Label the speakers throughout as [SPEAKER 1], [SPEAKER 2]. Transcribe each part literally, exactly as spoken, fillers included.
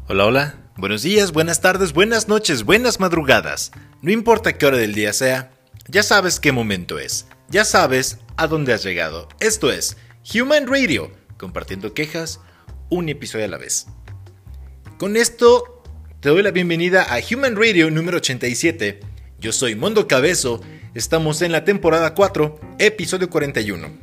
[SPEAKER 1] Hola, hola, buenos días, buenas tardes, buenas noches, buenas madrugadas. No importa qué hora del día sea, ya sabes qué momento es, ya sabes a dónde has llegado. Esto es Human Radio, compartiendo quejas, un episodio a la vez. Con esto te doy la bienvenida a Human Radio número ochenta y siete. Yo soy Mondo Cabezo, estamos en la temporada cuatro, episodio cuarenta y uno.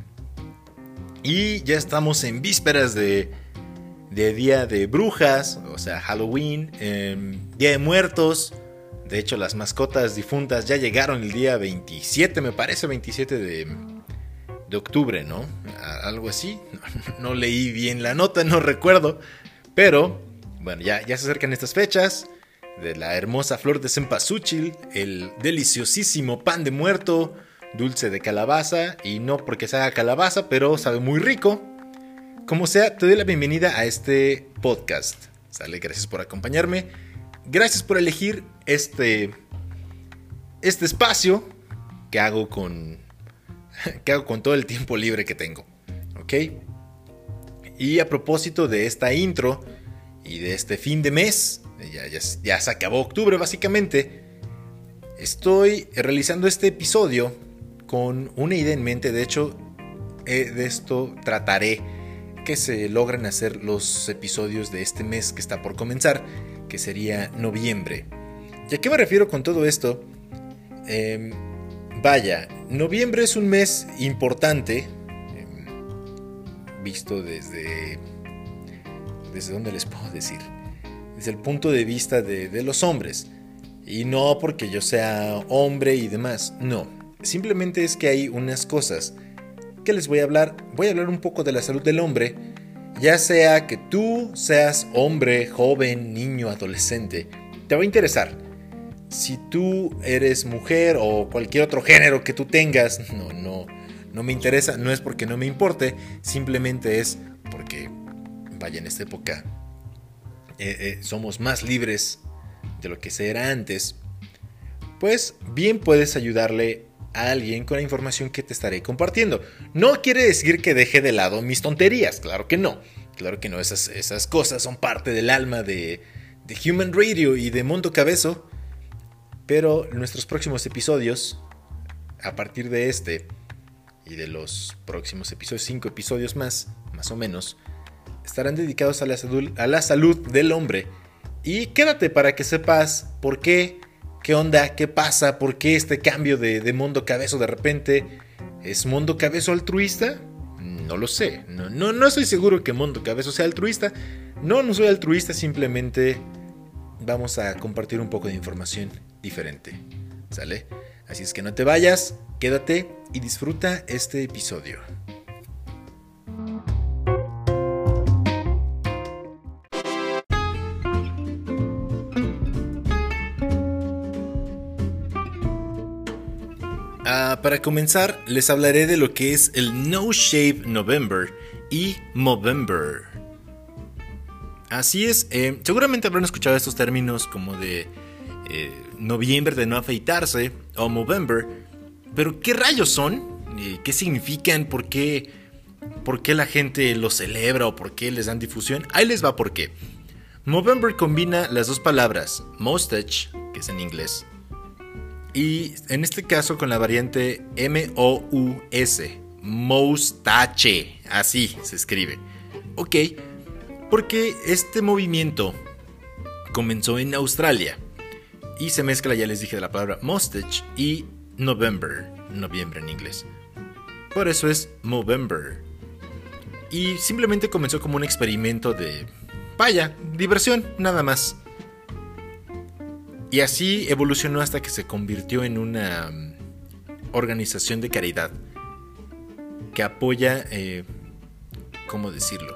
[SPEAKER 1] Y ya estamos en vísperas de... de Día de Brujas, o sea, Halloween, eh, Día de Muertos. De hecho, las mascotas difuntas ya llegaron el día veintisiete, me parece, veintisiete de, de octubre, ¿no? Algo así. No, no leí bien la nota, no recuerdo. Pero, bueno, ya, ya se acercan estas fechas. De la hermosa flor de cempasúchil, el deliciosísimo pan de muerto, dulce de calabaza. Y no porque se haga calabaza, pero sabe muy rico. Como sea, te doy la bienvenida a este podcast. ¿Sale? Gracias por acompañarme. Gracias por elegir este, este espacio que hago con, que hago con todo el tiempo libre que tengo. ¿Ok? Y a propósito de esta intro y de este fin de mes, ya, ya, ya se acabó octubre básicamente, estoy realizando este episodio con una idea en mente. De hecho, eh, de esto trataré que se logren hacer los episodios de este mes que está por comenzar, que sería noviembre. ¿Y a qué me refiero con todo esto? Eh, vaya, noviembre es un mes importante, eh, visto desde... ¿Desde dónde les puedo decir? Desde el punto de vista de, de los hombres. Y no porque yo sea hombre y demás, no. Simplemente es que hay unas cosas que les voy a hablar. Voy a hablar un poco de la salud del hombre, ya sea que tú seas hombre, joven, niño, adolescente, te va a interesar. Si tú eres mujer o cualquier otro género que tú tengas, no, no, no me interesa, no es porque no me importe, simplemente es porque, vaya, en esta época eh, eh, somos más libres de lo que se era antes. Pues bien puedes ayudarle a alguien con la información que te estaré compartiendo. No quiere decir que deje de lado mis tonterías, claro que no. Claro que no, esas, esas cosas son parte del alma de, de Human Radio y de Mondo Cabezo. Pero nuestros próximos episodios, a partir de este y de los próximos episodios, cinco episodios más, más o menos, estarán dedicados a la salud, a la salud del hombre. Y quédate para que sepas por qué. ¿Qué onda? ¿Qué pasa? ¿Por qué este cambio de, de Mondo Cabezo de repente? ¿Es Mondo Cabezo altruista? No lo sé. No, no, no estoy seguro que Mondo Cabezo sea altruista. No, no soy altruista. Simplemente vamos a compartir un poco de información diferente. ¿Sale? Así es que no te vayas. Quédate y disfruta este episodio. Uh, para comenzar, les hablaré de lo que es el No Shave November y Movember. Así es, eh, seguramente habrán escuchado estos términos como de eh, noviembre de no afeitarse o Movember. Pero ¿qué rayos son? Eh, ¿Qué significan? ¿Por qué, ¿Por qué la gente los celebra o por qué les dan difusión? Ahí les va por qué. Movember combina las dos palabras mustache, que es en inglés, y en este caso con la variante M O U S, moustache, así se escribe. Ok, porque este movimiento comenzó en Australia y se mezcla, ya les dije, de la palabra mustache y November, noviembre en inglés. Por eso es Movember. Y simplemente comenzó como un experimento de, vaya, diversión, nada más. Y así evolucionó hasta que se convirtió en una um, organización de caridad que apoya, eh, ¿cómo decirlo?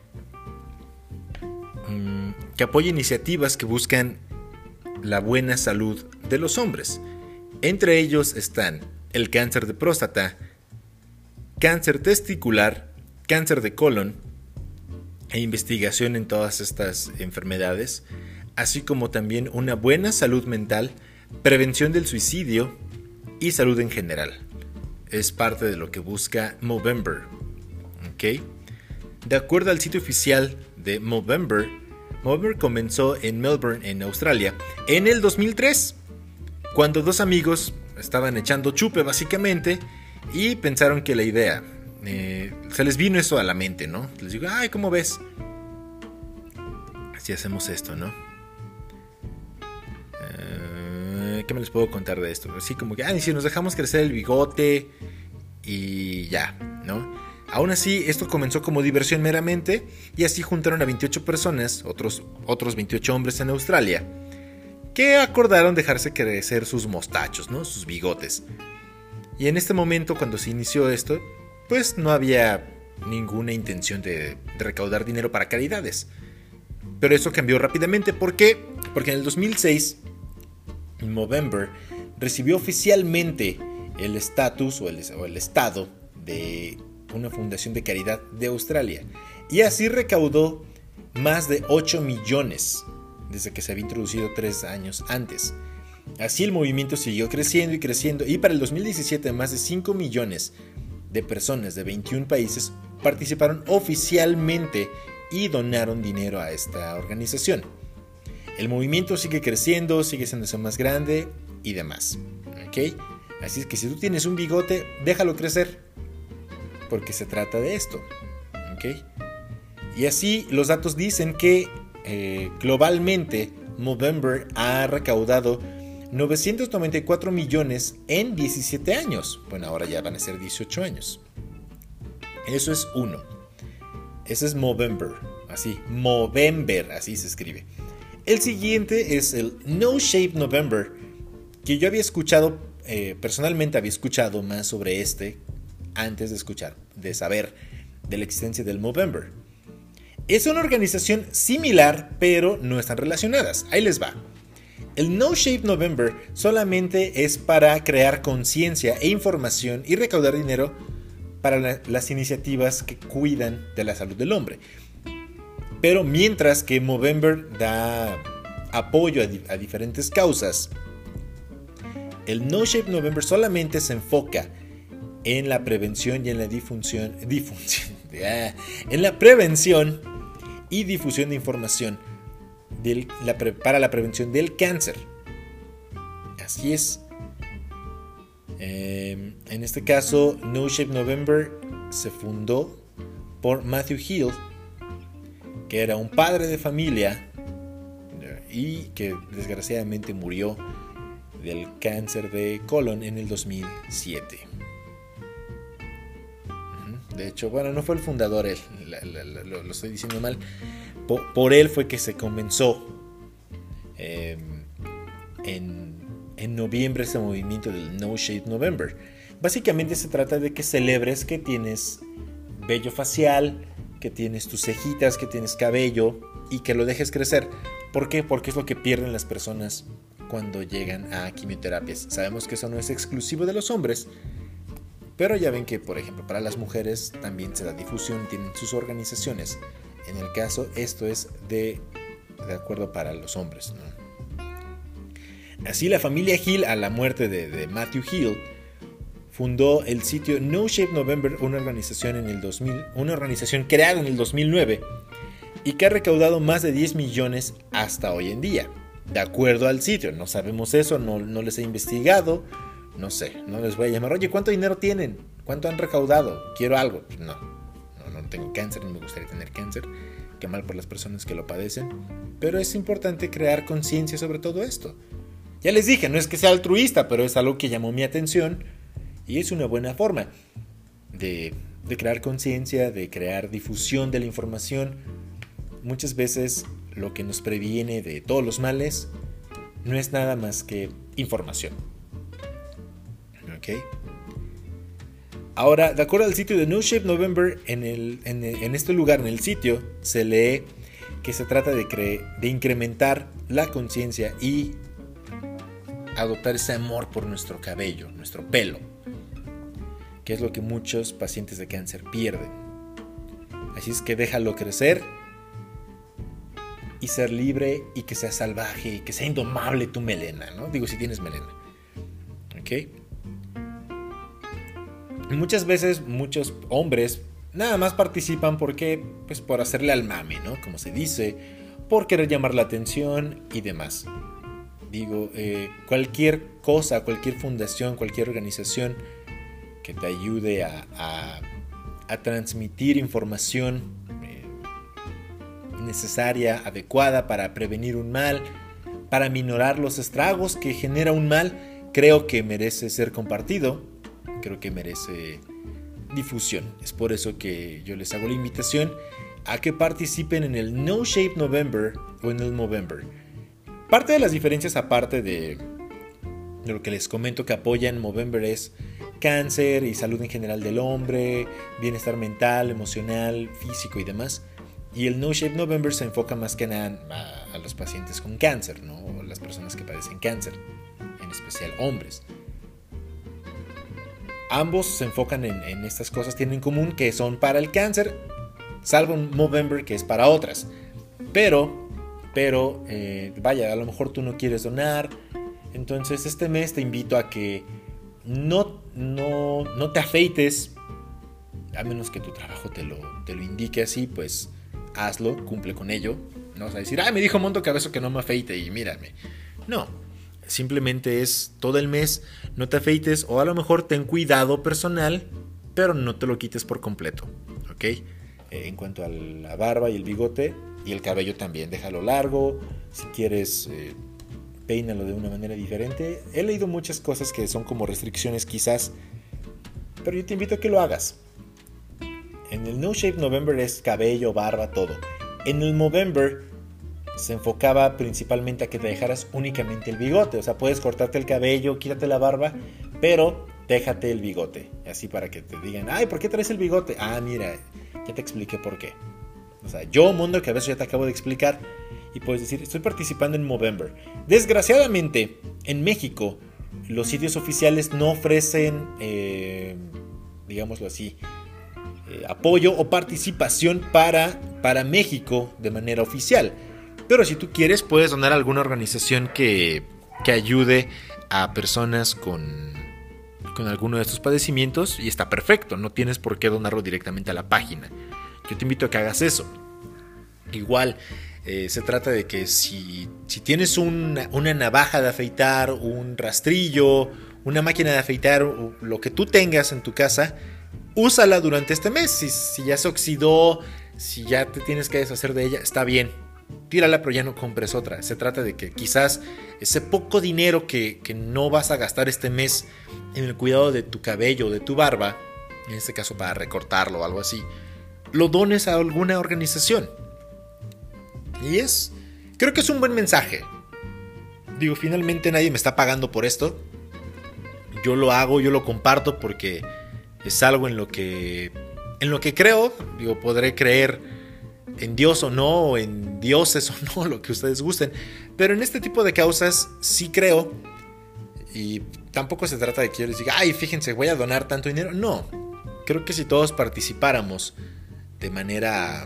[SPEAKER 1] Um, que apoya iniciativas que buscan la buena salud de los hombres. Entre ellos están el cáncer de próstata, cáncer testicular, cáncer de colon e investigación en todas estas enfermedades, así como también una buena salud mental, prevención del suicidio y salud en general. Es parte de lo que busca Movember. ¿Okay? De acuerdo al sitio oficial de Movember, Movember comenzó en Melbourne, en Australia, en el dos mil tres, cuando dos amigos estaban echando chupe básicamente y pensaron que la idea, eh, se les vino eso a la mente, ¿no? Les digo, ay, ¿cómo ves? Si hacemos esto, ¿no? Uh, ¿Qué me les puedo contar de esto? Así como que, ay, si nos dejamos crecer el bigote y ya, ¿no? Aún así, esto comenzó como diversión meramente y así juntaron a veintiocho personas, otros, otros veintiocho hombres en Australia, que acordaron dejarse crecer sus mostachos, ¿no? Sus bigotes. Y en este momento, cuando se inició esto, pues no había ninguna intención de, de recaudar dinero para caridades. Pero eso cambió rápidamente. ¿Por qué? Porque en el dos mil seis, Movember recibió oficialmente el estatus o el, o el estado de una fundación de caridad de Australia, y así recaudó más de ocho millones desde que se había introducido tres años antes. Así el movimiento siguió creciendo y creciendo, y para el dos mil diecisiete más de cinco millones de personas de veintiún países participaron oficialmente y donaron dinero a esta organización. El movimiento sigue creciendo, sigue siendo más grande y demás, ¿ok? Así es que si tú tienes un bigote, déjalo crecer, porque se trata de esto, ¿ok? Y así los datos dicen que eh, globalmente Movember ha recaudado novecientos noventa y cuatro millones en diecisiete años. Bueno, ahora ya van a ser dieciocho años. Eso es uno. Ese es Movember, así, Movember, así se escribe. El siguiente es el No Shave November, que yo había escuchado, eh, personalmente había escuchado más sobre este antes de escuchar, de saber de la existencia del Movember. Es una organización similar, pero no están relacionadas. Ahí les va. El No Shave November solamente es para crear conciencia e información y recaudar dinero para la, las iniciativas que cuidan de la salud del hombre. Pero mientras que Movember da apoyo a, di- a diferentes causas, el No Shave November solamente se enfoca en la prevención y en la difusión, difusión ah, en la prevención y difusión de información del, la pre, para la prevención del cáncer. Así es. Eh, en este caso, No Shave November se fundó por Matthew Hill, que era un padre de familia y que desgraciadamente murió del cáncer de colon en el dos mil siete. De hecho, bueno, no fue el fundador él, la, la, la, lo, lo estoy diciendo mal. Por, por él fue que se comenzó eh, en, en noviembre ese movimiento del No Shave November. Básicamente se trata de que celebres que tienes vello facial, que tienes tus cejitas, que tienes cabello y que lo dejes crecer. ¿Por qué? Porque es lo que pierden las personas cuando llegan a quimioterapias. Sabemos que eso no es exclusivo de los hombres, pero ya ven que, por ejemplo, para las mujeres también se da difusión, tienen sus organizaciones. En el caso, esto es de, de acuerdo para los hombres, ¿no? Así, la familia Hill, a la muerte de, de Matthew Hill, fundó el sitio No Shave November, una organización, en el dos mil, una organización creada en el dos mil nueve y que ha recaudado más de diez millones hasta hoy en día. De acuerdo al sitio, no sabemos eso, no, no les he investigado. No sé, no les voy a llamar, oye, ¿cuánto dinero tienen? ¿Cuánto han recaudado? Quiero algo. Pues no, no, no tengo cáncer, ni me gustaría tener cáncer. Qué mal por las personas que lo padecen. Pero es importante crear conciencia sobre todo esto. Ya les dije, no es que sea altruista, pero es algo que llamó mi atención. Y es una buena forma de, de crear conciencia, de crear difusión de la información. Muchas veces lo que nos previene de todos los males no es nada más que información. Okay. Ahora, de acuerdo al sitio de No Shave November, en, el, en, el, en este lugar, en el sitio, se lee que se trata de, cre- de incrementar la conciencia y adoptar ese amor por nuestro cabello, nuestro pelo, que es lo que muchos pacientes de cáncer pierden. Así es que déjalo crecer y ser libre y que sea salvaje y que sea indomable tu melena, ¿no? Digo, si tienes melena. ¿Ok? Muchas veces muchos hombres nada más participan porque, pues por hacerle al mame, ¿no? Como se dice, por querer llamar la atención y demás. Digo, eh, cualquier cosa, cualquier fundación, cualquier organización que te ayude a, a, a transmitir información eh, necesaria, adecuada para prevenir un mal, para minorar los estragos que genera un mal, creo que merece ser compartido, creo que merece difusión. Es por eso que yo les hago la invitación a que participen en el No Shape November o en el Movember. Parte de las diferencias, aparte de, de lo que les comento que apoyan Movember, es cáncer y salud en general del hombre, bienestar mental, emocional, físico y demás. Y el No Shape November se enfoca más que nada a, a los pacientes con cáncer, ¿no? O las personas que padecen cáncer, en especial hombres. Ambos se enfocan en, en estas cosas, tienen en común que son para el cáncer, salvo un Movember que es para otras. Pero, pero, eh, vaya, a lo mejor tú no quieres donar. Entonces este mes te invito a que no, no, no te afeites, a menos que tu trabajo te lo, te lo indique así, pues hazlo, cumple con ello. No vas a decir, ay, me dijo Monto Cabezo que no me afeite y mírame. No, simplemente es todo el mes, no te afeites, o a lo mejor ten cuidado personal, pero no te lo quites por completo, ¿ok? Eh, en cuanto a la barba y el bigote y el cabello también, déjalo largo. Si quieres, eh, peínalo de una manera diferente. He leído muchas cosas que son como restricciones quizás, pero yo te invito a que lo hagas. En el No Shape November es cabello, barba, todo. En el Movember se enfocaba principalmente a que te dejaras únicamente el bigote. O sea, puedes cortarte el cabello, quítate la barba, pero déjate el bigote. Así para que te digan, ay, ¿por qué traes el bigote? Ah, mira, ya te expliqué por qué. O sea, yo, Mundo que a veces ya te acabo de explicar. Y puedes decir, estoy participando en Movember. Desgraciadamente, en México, los sitios oficiales no ofrecen, eh, digámoslo así, eh, apoyo o participación para, para México de manera oficial. Pero si tú quieres, puedes donar a alguna organización que, que ayude a personas con, con alguno de estos padecimientos y está perfecto. No tienes por qué donarlo directamente a la página. Yo te invito a que hagas eso. Igual, eh, se trata de que si, si tienes una, una navaja de afeitar, un rastrillo, una máquina de afeitar, o lo que tú tengas en tu casa, úsala durante este mes. Si, si ya se oxidó, si ya te tienes que deshacer de ella, está bien. Tírala, pero ya no compres otra. Se trata de que quizás ese poco dinero que, que no vas a gastar este mes en el cuidado de tu cabello o de tu barba, en este caso para recortarlo o algo así, lo dones a alguna organización. Y es, creo que es un buen mensaje. Digo, finalmente nadie me está pagando por esto. Yo lo hago, yo lo comparto porque es algo en lo que, en lo que creo. Digo, podré creer en Dios o no, o en dioses o no, lo que ustedes gusten. Pero en este tipo de causas sí creo. Y tampoco se trata de que yo les diga, ay, fíjense, voy a donar tanto dinero. No, creo que si todos participáramos de manera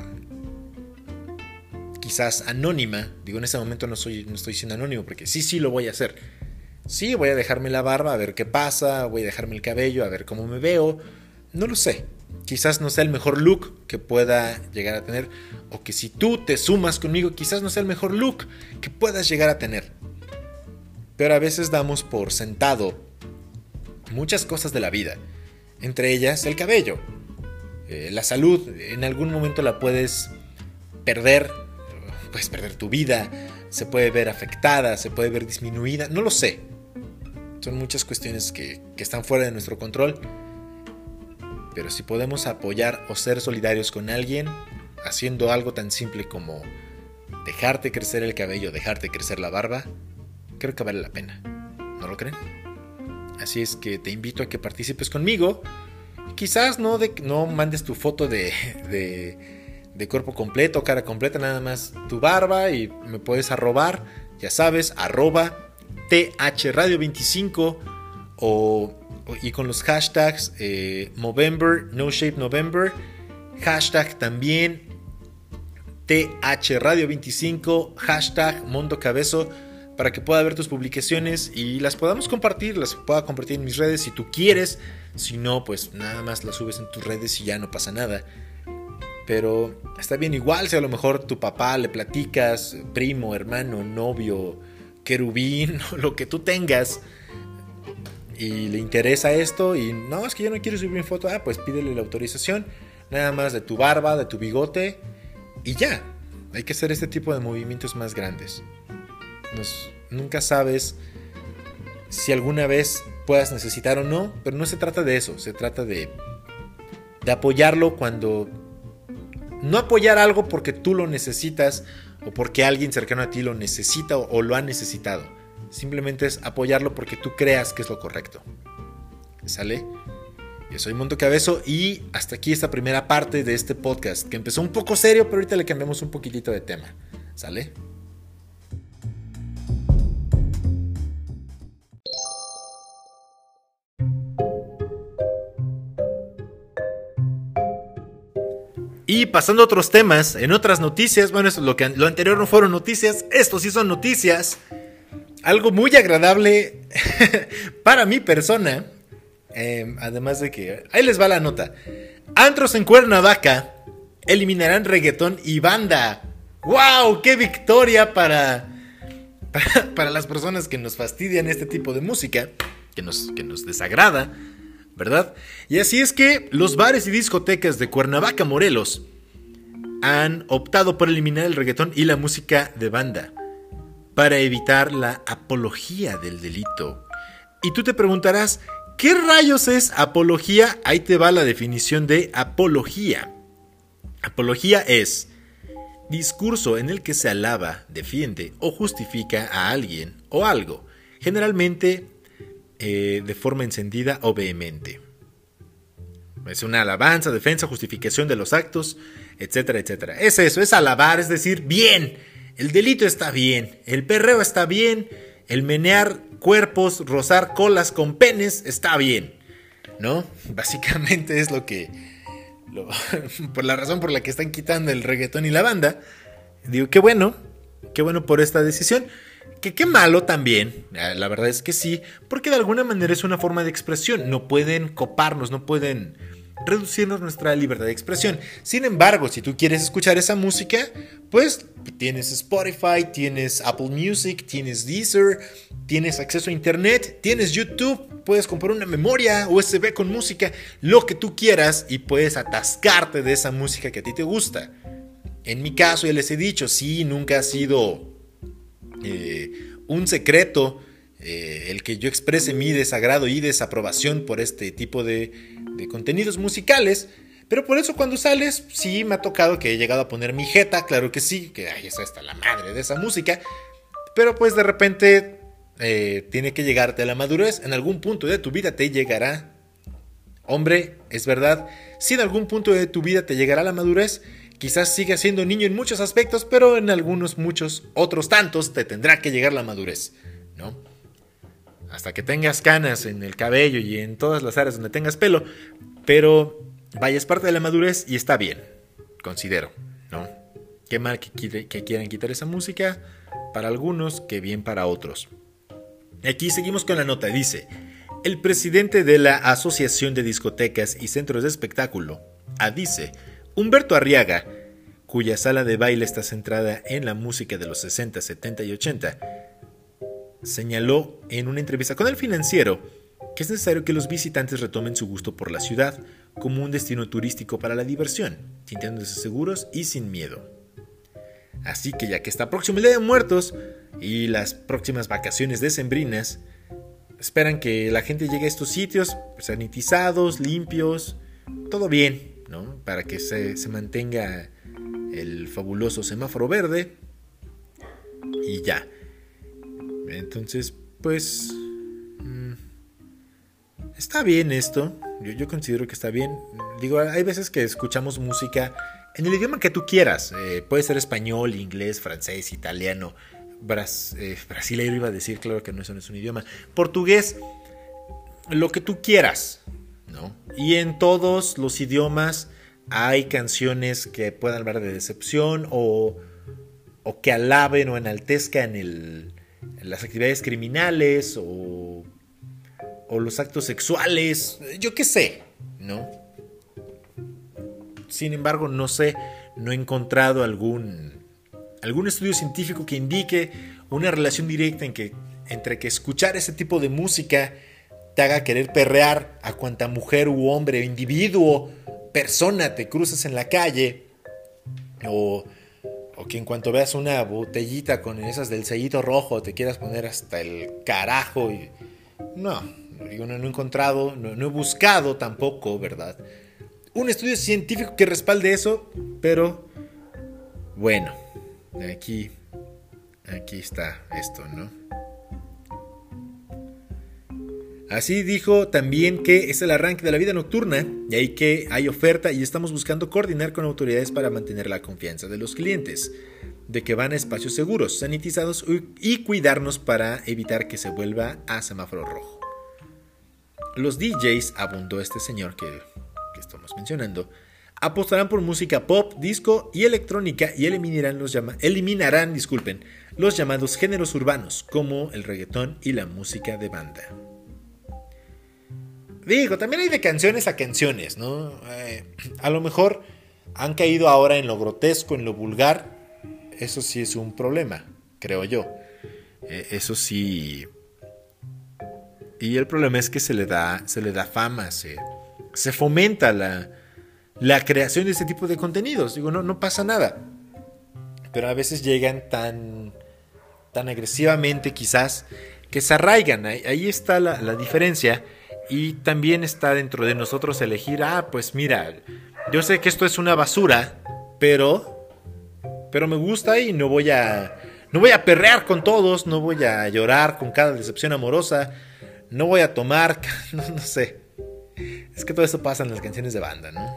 [SPEAKER 1] quizás anónima, digo, en ese momento no, soy, no estoy siendo anónimo, porque sí, sí lo voy a hacer. Sí, voy a dejarme la barba a ver qué pasa, voy a dejarme el cabello a ver cómo me veo. No lo sé. Quizás no sea el mejor look que pueda llegar a tener, o que si tú te sumas conmigo, quizás no sea el mejor look que puedas llegar a tener. Pero a veces damos por sentado muchas cosas de la vida, entre ellas el cabello. Eh, la salud, en algún momento la puedes perder, puedes perder tu vida, se puede ver afectada, se puede ver disminuida, no lo sé. Son muchas cuestiones que, que están fuera de nuestro control. Pero si podemos apoyar o ser solidarios con alguien, haciendo algo tan simple como dejarte crecer el cabello, dejarte crecer la barba, creo que vale la pena. ¿No lo creen? Así es que te invito a que participes conmigo. Quizás no, de, no mandes tu foto de, de, de cuerpo completo, cara completa, nada más tu barba, y me puedes arrobar, ya sabes, arroba T H Radio veinticinco o... y con los hashtags eh, Movember, No Shape November, hashtag también T H Radio veinticinco, hashtag Mondo Cabezo, para que pueda ver tus publicaciones y las podamos compartir, las pueda compartir en mis redes si tú quieres. Si no, pues nada más las subes en tus redes y ya no pasa nada. Pero está bien igual si a lo mejor tu papá le platicas, primo, hermano, novio, querubín, o lo que tú tengas, y le interesa esto y no, es que yo no quiero subir mi foto, ah, pues pídele la autorización, nada más de tu barba, de tu bigote y ya. Hay que hacer este tipo de movimientos más grandes. Nos, nunca sabes si alguna vez puedas necesitar o no, pero no se trata de eso, se trata de, de apoyarlo cuando... No apoyar algo porque tú lo necesitas o porque alguien cercano a ti lo necesita o, o lo ha necesitado. Simplemente es apoyarlo porque tú creas que es lo correcto. ¿Sale? Yo soy Monto Cabezo y hasta aquí esta primera parte de este podcast que empezó un poco serio, pero ahorita le cambiamos un poquitito de tema. ¿Sale? Y pasando a otros temas, en otras noticias, bueno, eso, lo, que, lo anterior no fueron noticias, esto sí son noticias. Algo muy agradable para mi persona, eh, además de que, ahí les va la nota. Antros en Cuernavaca eliminarán reggaetón y banda. ¡Wow! ¡Qué victoria para, para, para las personas que nos fastidian este tipo de música, que nos, que nos desagrada! ¿Verdad? Y así es que los bares y discotecas de Cuernavaca, Morelos, han optado por eliminar el reggaetón y la música de banda para evitar la apología del delito. Y tú te preguntarás, ¿qué rayos es apología? Ahí te va la definición de apología. Apología es discurso en el que se alaba, defiende o justifica a alguien o algo, generalmente Eh, de forma encendida o vehemente. Es una alabanza, defensa, justificación de los actos, etcétera, etcétera. Es eso, es alabar, es decir, bien, el delito está bien, el perreo está bien, el menear cuerpos, rozar colas con penes está bien, ¿no? Básicamente es lo que, lo, por la razón por la que están quitando el reggaetón y la banda. Digo, qué bueno, qué bueno por esta decisión. Que qué malo también, la verdad es que sí, porque de alguna manera es una forma de expresión. No pueden coparnos, no pueden reducirnos nuestra libertad de expresión. Sin embargo, si tú quieres escuchar esa música, pues tienes Spotify, tienes Apple Music, tienes Deezer, tienes acceso a internet, tienes YouTube, puedes comprar una memoria U S B con música, lo que tú quieras, y puedes atascarte de esa música que a ti te gusta. En mi caso, ya les he dicho, sí, nunca ha sido Eh, un secreto eh, el que yo exprese mi desagrado y desaprobación por este tipo de, de contenidos musicales, pero por eso cuando sales sí me ha tocado que he llegado a poner mi jeta, claro que sí, que ay, esa está la madre de esa música, pero pues de repente eh, tiene que llegarte a la madurez. En algún punto de tu vida te llegará, hombre, es verdad, si en algún punto de tu vida te llegará la madurez. Quizás sigas siendo niño en muchos aspectos, pero en algunos, muchos, otros tantos te tendrá que llegar la madurez, ¿no? Hasta que tengas canas en el cabello y en todas las áreas donde tengas pelo, pero vaya, es parte de la madurez y está bien, considero, ¿no? Qué mal que, que quieran quitar esa música para algunos, qué bien para otros. Aquí seguimos con la nota, dice: el presidente de la Asociación de Discotecas y Centros de Espectáculo, ADICE, Humberto Arriaga, cuya sala de baile está centrada en la música de los sesenta, setenta y ochenta, señaló en una entrevista con El Financiero que es necesario que los visitantes retomen su gusto por la ciudad como un destino turístico para la diversión, sintiéndose seguros y sin miedo. Así que ya que está próximo el Día de Muertos y las próximas vacaciones decembrinas, esperan que la gente llegue a estos sitios sanitizados, limpios, todo bien, ¿no? Para que se, se mantenga el fabuloso semáforo verde y ya. Entonces, pues mmm, está bien esto. Yo, yo considero que está bien. Digo, hay veces que escuchamos música en el idioma que tú quieras. Eh, puede ser español, inglés, francés, italiano, bras, eh, brasileño iba a decir, claro que no, eso no es un idioma. Portugués, lo que tú quieras, ¿no? Y en todos los idiomas hay canciones que puedan hablar de decepción o, o que alaben o enaltezcan el, las actividades criminales o, o los actos sexuales, yo qué sé, ¿no? Sin embargo, no sé, no he encontrado algún, algún estudio científico que indique una relación directa en que, entre que escuchar ese tipo de música te haga querer perrear a cuanta mujer u hombre, individuo, persona te cruces en la calle, o, o que en cuanto veas una botellita con esas del sellito rojo te quieras poner hasta el carajo. Y, no, no, no he encontrado, no, no he buscado tampoco, ¿verdad?, un estudio científico que respalde eso, pero bueno, aquí, aquí está esto, ¿no? Así dijo también que es el arranque de la vida nocturna y ahí que hay oferta y estamos buscando coordinar con autoridades para mantener la confianza de los clientes, de que van a espacios seguros, sanitizados y cuidarnos para evitar que se vuelva a semáforo rojo. Los D Js, abundó este señor que, que estamos mencionando, apostarán por música pop, disco y electrónica y eliminarán los, llama- eliminarán, disculpen, los llamados géneros urbanos como el reggaetón y la música de banda. Digo, también hay de canciones a canciones, ¿no? Eh, a lo mejor han caído ahora en lo grotesco, en lo vulgar. Eso sí es un problema, creo yo. Eh, eso sí. Y el problema es que se le da, se le da fama, se, se fomenta la, la creación de este tipo de contenidos. Digo, no, no pasa nada. Pero a veces llegan tan, tan agresivamente, quizás, que se arraigan. Ahí, ahí está la, la diferencia. Y también está dentro de nosotros elegir, ah, pues mira, yo sé que esto es una basura, pero, pero me gusta y no voy a, no voy a perrear con todos, no voy a llorar con cada decepción amorosa, no voy a tomar, no, no sé. Es que todo eso pasa en las canciones de banda, ¿no?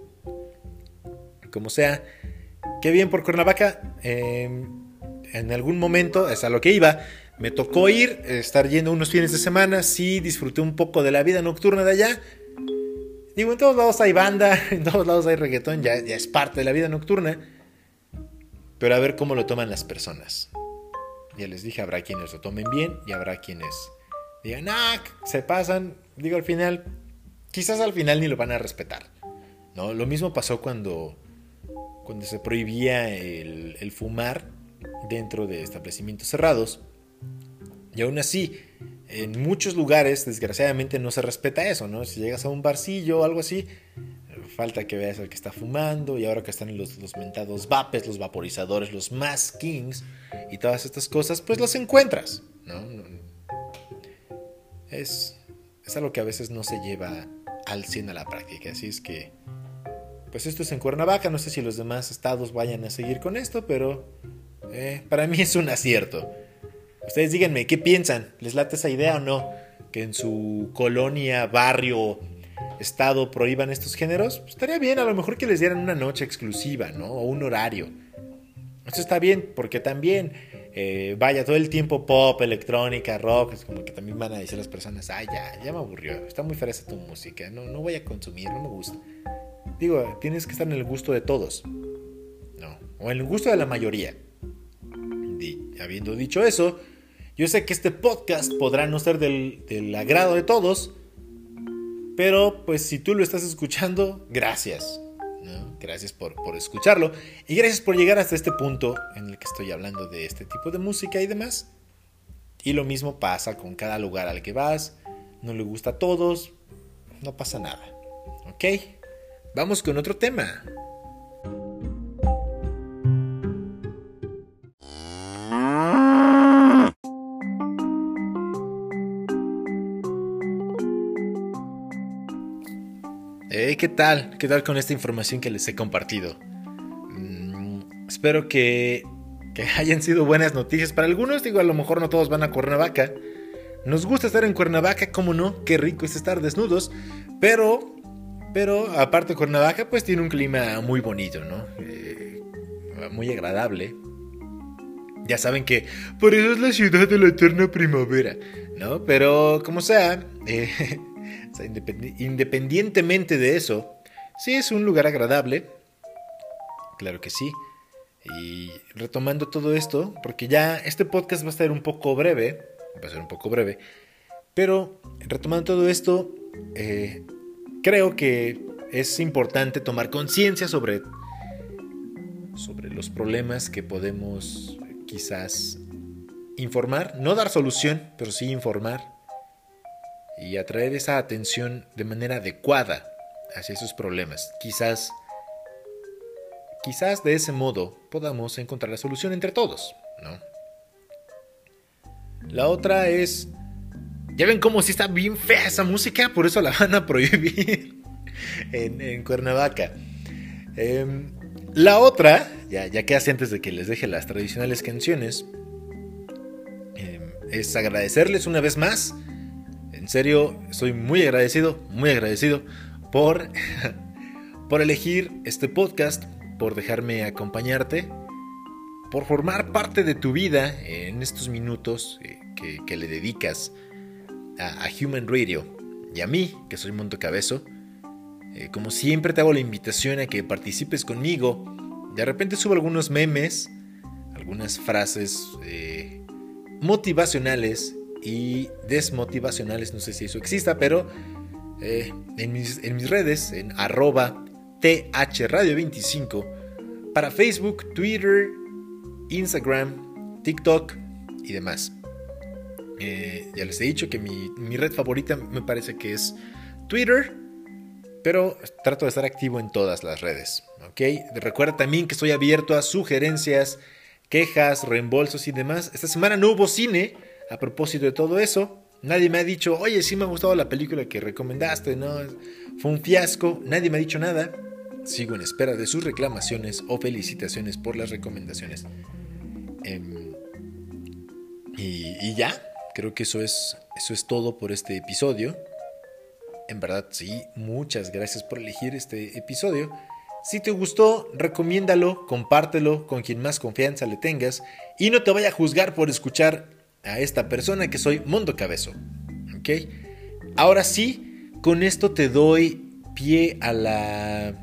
[SPEAKER 1] Como sea, qué bien por Cuernavaca. Eh, en algún momento, es a lo que iba. Me tocó ir, estar yendo unos fines de semana. Sí, disfruté un poco de la vida nocturna de allá. Digo, en todos lados hay banda, en todos lados hay reggaetón, ya, ya es parte de la vida nocturna. Pero a ver cómo lo toman las personas. Ya les dije, habrá quienes lo tomen bien y habrá quienes digan, ah, se pasan. Digo, al final, quizás al final ni lo van a respetar, ¿no? Lo mismo pasó cuando, cuando se prohibía el, el fumar dentro de establecimientos cerrados. Y aún así, en muchos lugares, desgraciadamente, no se respeta eso, ¿no? Si llegas a un barcillo o algo así, falta que veas al que está fumando. Y ahora que están los, los mentados vapes, los vaporizadores, los Mass Kings y todas estas cosas, pues los encuentras, ¿no? Es, es algo que a veces no se lleva al cien a la práctica. Así es que, pues esto es en Cuernavaca. No sé si los demás estados vayan a seguir con esto, pero eh, para mí es un acierto. Ustedes díganme, ¿qué piensan? ¿Les late esa idea o no? Que en su colonia, barrio, estado prohíban estos géneros. Pues estaría bien, a lo mejor que les dieran una noche exclusiva, ¿no? O un horario. Eso está bien, porque también, eh, vaya, todo el tiempo pop, electrónica, rock, es como que también van a decir las personas, ay, ya, ya me aburrió, está muy fresa tu música, no, no voy a consumir, no me gusta. Digo, tienes que estar en el gusto de todos, ¿no? O en el gusto de la mayoría. Y, habiendo dicho eso, yo sé que este podcast podrá no ser del, del agrado de todos, pero pues si tú lo estás escuchando, gracias, ¿no? Gracias por, por escucharlo y gracias por llegar hasta este punto en el que estoy hablando de este tipo de música y demás. Y lo mismo pasa con cada lugar al que vas, no le gusta a todos, no pasa nada, ¿ok? Vamos con otro tema. Eh, ¿Qué tal? ¿Qué tal con esta información que les he compartido? Mm, espero que, que hayan sido buenas noticias para algunos. Digo, a lo mejor no todos van a Cuernavaca. Nos gusta estar en Cuernavaca, ¿cómo no? Qué rico es estar desnudos. Pero, pero aparte de Cuernavaca, pues tiene un clima muy bonito, ¿no? Eh, muy agradable. Ya saben que por eso es la ciudad de la eterna primavera, ¿no? Pero como sea, eh, o sea, independientemente de eso, sí es un lugar agradable, claro que sí. Y retomando todo esto, porque ya este podcast va a ser un poco breve, va a ser un poco breve, pero retomando todo esto, eh, creo que es importante tomar conciencia sobre, sobre los problemas que podemos quizás informar, no dar solución, pero sí informar y atraer esa atención de manera adecuada hacia esos problemas. Quizás, quizás de ese modo podamos encontrar la solución entre todos, ¿no? La otra es, ya ven cómo sí está bien fea esa música, por eso la van a prohibir en, en Cuernavaca. Eh, la otra, ya, ya casi antes de que les deje las tradicionales canciones, eh, es agradecerles una vez más. En serio, estoy muy agradecido, muy agradecido por, por elegir este podcast, por dejarme acompañarte, por formar parte de tu vida en estos minutos eh, que, que le dedicas a, a Human Radio. Y a mí, que soy Mondo Cabezo, eh, como siempre te hago la invitación a que participes conmigo. De repente subo algunos memes, algunas frases eh, motivacionales y desmotivacionales, no sé si eso exista, pero eh, en, mis, en mis redes, en arroba thradio veinticinco, para Facebook, Twitter, Instagram, TikTok y demás. Eh, ya les he dicho que mi, mi red favorita me parece que es Twitter, pero trato de estar activo en todas las redes, ¿ok? Recuerda también que estoy abierto a sugerencias, quejas, reembolsos y demás. Esta semana no hubo cine a propósito de todo eso. Nadie me ha dicho, oye, sí me ha gustado la película que recomendaste, ¿no? Fue un fiasco. Nadie me ha dicho nada. Sigo en espera de sus reclamaciones o felicitaciones por las recomendaciones. Eh, y, y ya, creo que eso es, eso es todo por este episodio. En verdad, sí, muchas gracias por elegir este episodio. Si te gustó, recomiéndalo, compártelo con quien más confianza le tengas y no te vaya a juzgar por escuchar a esta persona que soy Mondo Cabezo. ¿Ok? Ahora sí, con esto te doy pie a la...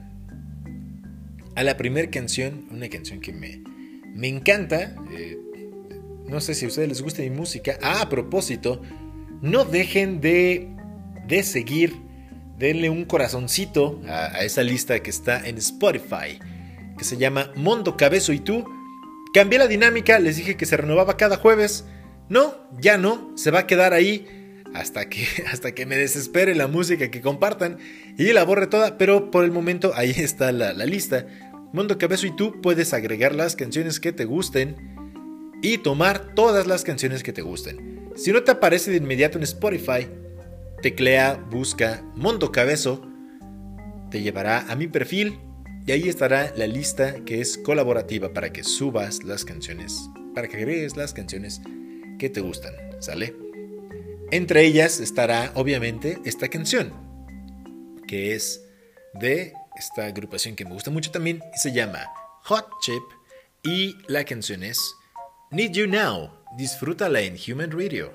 [SPEAKER 1] a la primera canción, una canción que me, me encanta. Eh, no sé si a ustedes les gusta mi música. Ah, a propósito, no dejen de, de seguir, denle un corazoncito a, a esa lista que está en Spotify, que se llama Mondo Cabezo y tú. Cambié la dinámica, les dije que se renovaba cada jueves. No, ya no, se va a quedar ahí hasta que, hasta que me desespere la música que compartan y la borre toda, pero por el momento ahí está la, la lista. Mondo Cabezo y tú puedes agregar las canciones que te gusten y tomar todas las canciones que te gusten. Si no te aparece de inmediato en Spotify, teclea, busca Mondo Cabezo, te llevará a mi perfil y ahí estará la lista que es colaborativa para que subas las canciones, para que agregues las canciones que te gustan, ¿sale? Entre ellas estará obviamente esta canción, que es de esta agrupación que me gusta mucho también y se llama Hot Chip, y la canción es Need You Now. Disfrútala en Human Radio.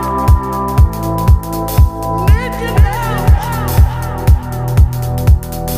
[SPEAKER 2] Need you now.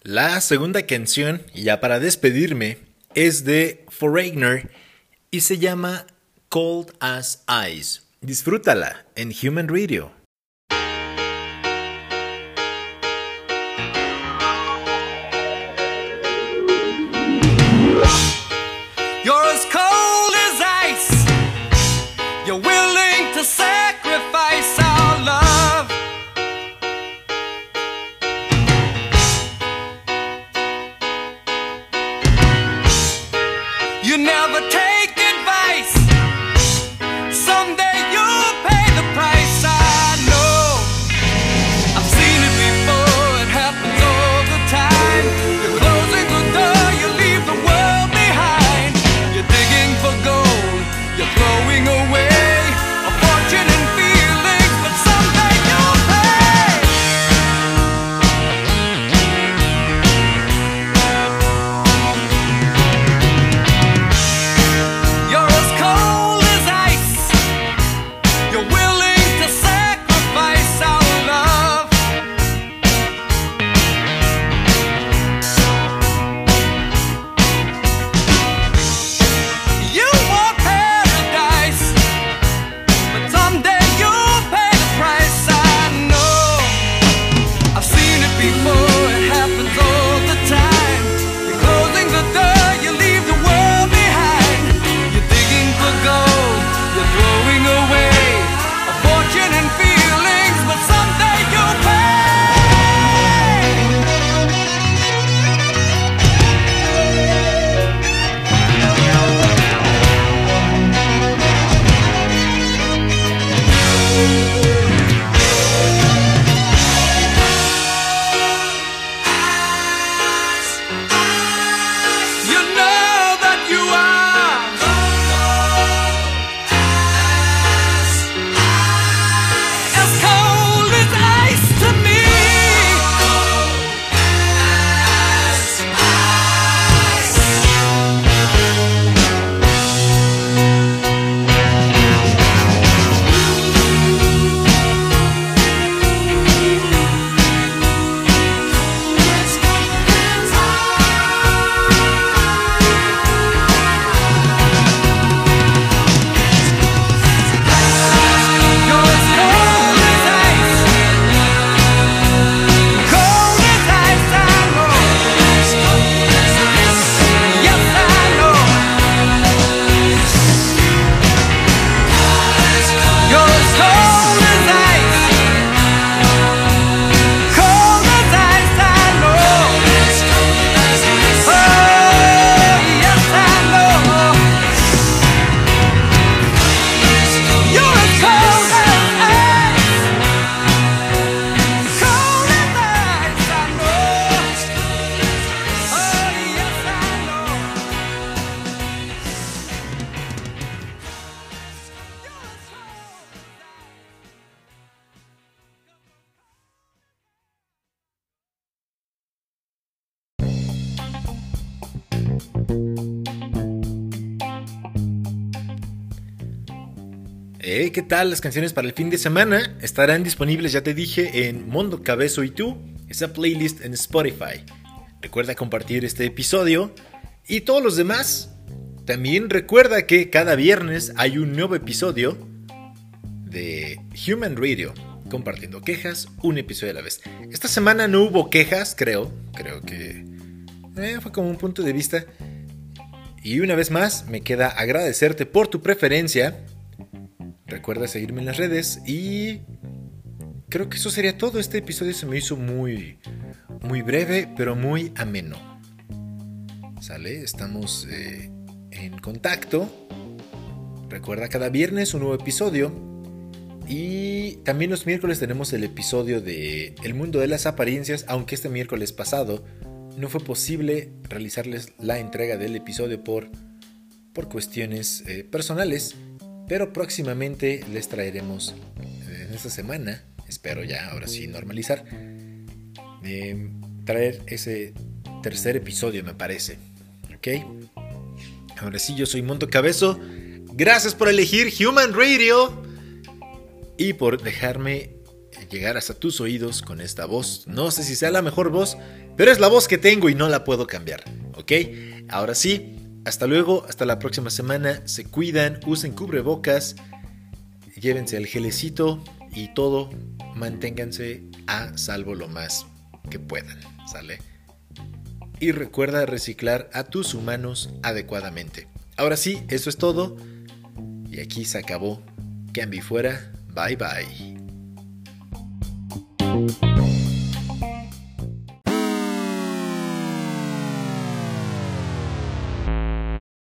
[SPEAKER 1] La segunda canción, y ya para despedirme, es de Foreigner y se llama Cold as Ice. Disfrútala en Human Radio.
[SPEAKER 2] You're as cold as ice. You're willing to sacrifice our love. You never take advice. Someday you'll pay the price. I know. I've seen it before. It happens all the time. You're closing the door. You leave the world behind. You're digging for gold. You're throwing away a fortune and feelings, but someday you'll pay. You're as cold as ice. You're willing to sacrifice our love. You want paradise, but someday you'll pay the price. I know. I've seen it before. It happens all the time. You're closing the door. You leave the world behind. You're digging for gold. You're throwing away a fortune and feelings, but someday you'll pay. You know that you are as cold as ice to me. You're as cold as ice. Cold as ice, I know. Yes, I know. You're as cold as ice. Cold as ice, I know. Oh, yes, I know. You're as cold as ice. Cold as ice, I know. Oh, yes, I know.
[SPEAKER 1] Eh, ¿qué tal? Las canciones para el fin de semana estarán disponibles, ya te dije, en Mondo Cabezo y tú, esa playlist en Spotify. Recuerda compartir este episodio y todos los demás. También recuerda que cada viernes hay un nuevo episodio de Human Radio, compartiendo quejas, un episodio a la vez. Esta semana no hubo quejas, creo. Creo que eh, fue como un punto de vista. Y una vez más, me queda agradecerte por tu preferencia. Recuerda seguirme en las redes y creo que eso sería todo. Este episodio se me hizo muy, muy breve, pero muy ameno. ¿Sale? Estamos eh, en contacto. Recuerda, cada viernes un nuevo episodio. Y también los miércoles tenemos el episodio de El Mundo de las Apariencias, aunque este miércoles pasado no fue posible realizarles la entrega del episodio por, por cuestiones eh, personales. Pero próximamente les traeremos en esta semana, espero ya ahora sí normalizar, eh, traer ese tercer episodio, me parece. ¿Ok? Ahora sí, yo soy Mondo Cabezo. Gracias por elegir Human Radio y por dejarme llegar hasta tus oídos con esta voz. No sé si sea la mejor voz, pero es la voz que tengo y no la puedo cambiar, ¿ok? Ahora sí, hasta luego, hasta la próxima semana. Se cuidan, usen cubrebocas, llévense el gelecito y todo. Manténganse a salvo lo más que puedan, ¿sale? Y recuerda reciclar a tus humanos adecuadamente. Ahora sí, eso es todo. Y aquí se acabó. Cambi fuera. Bye bye.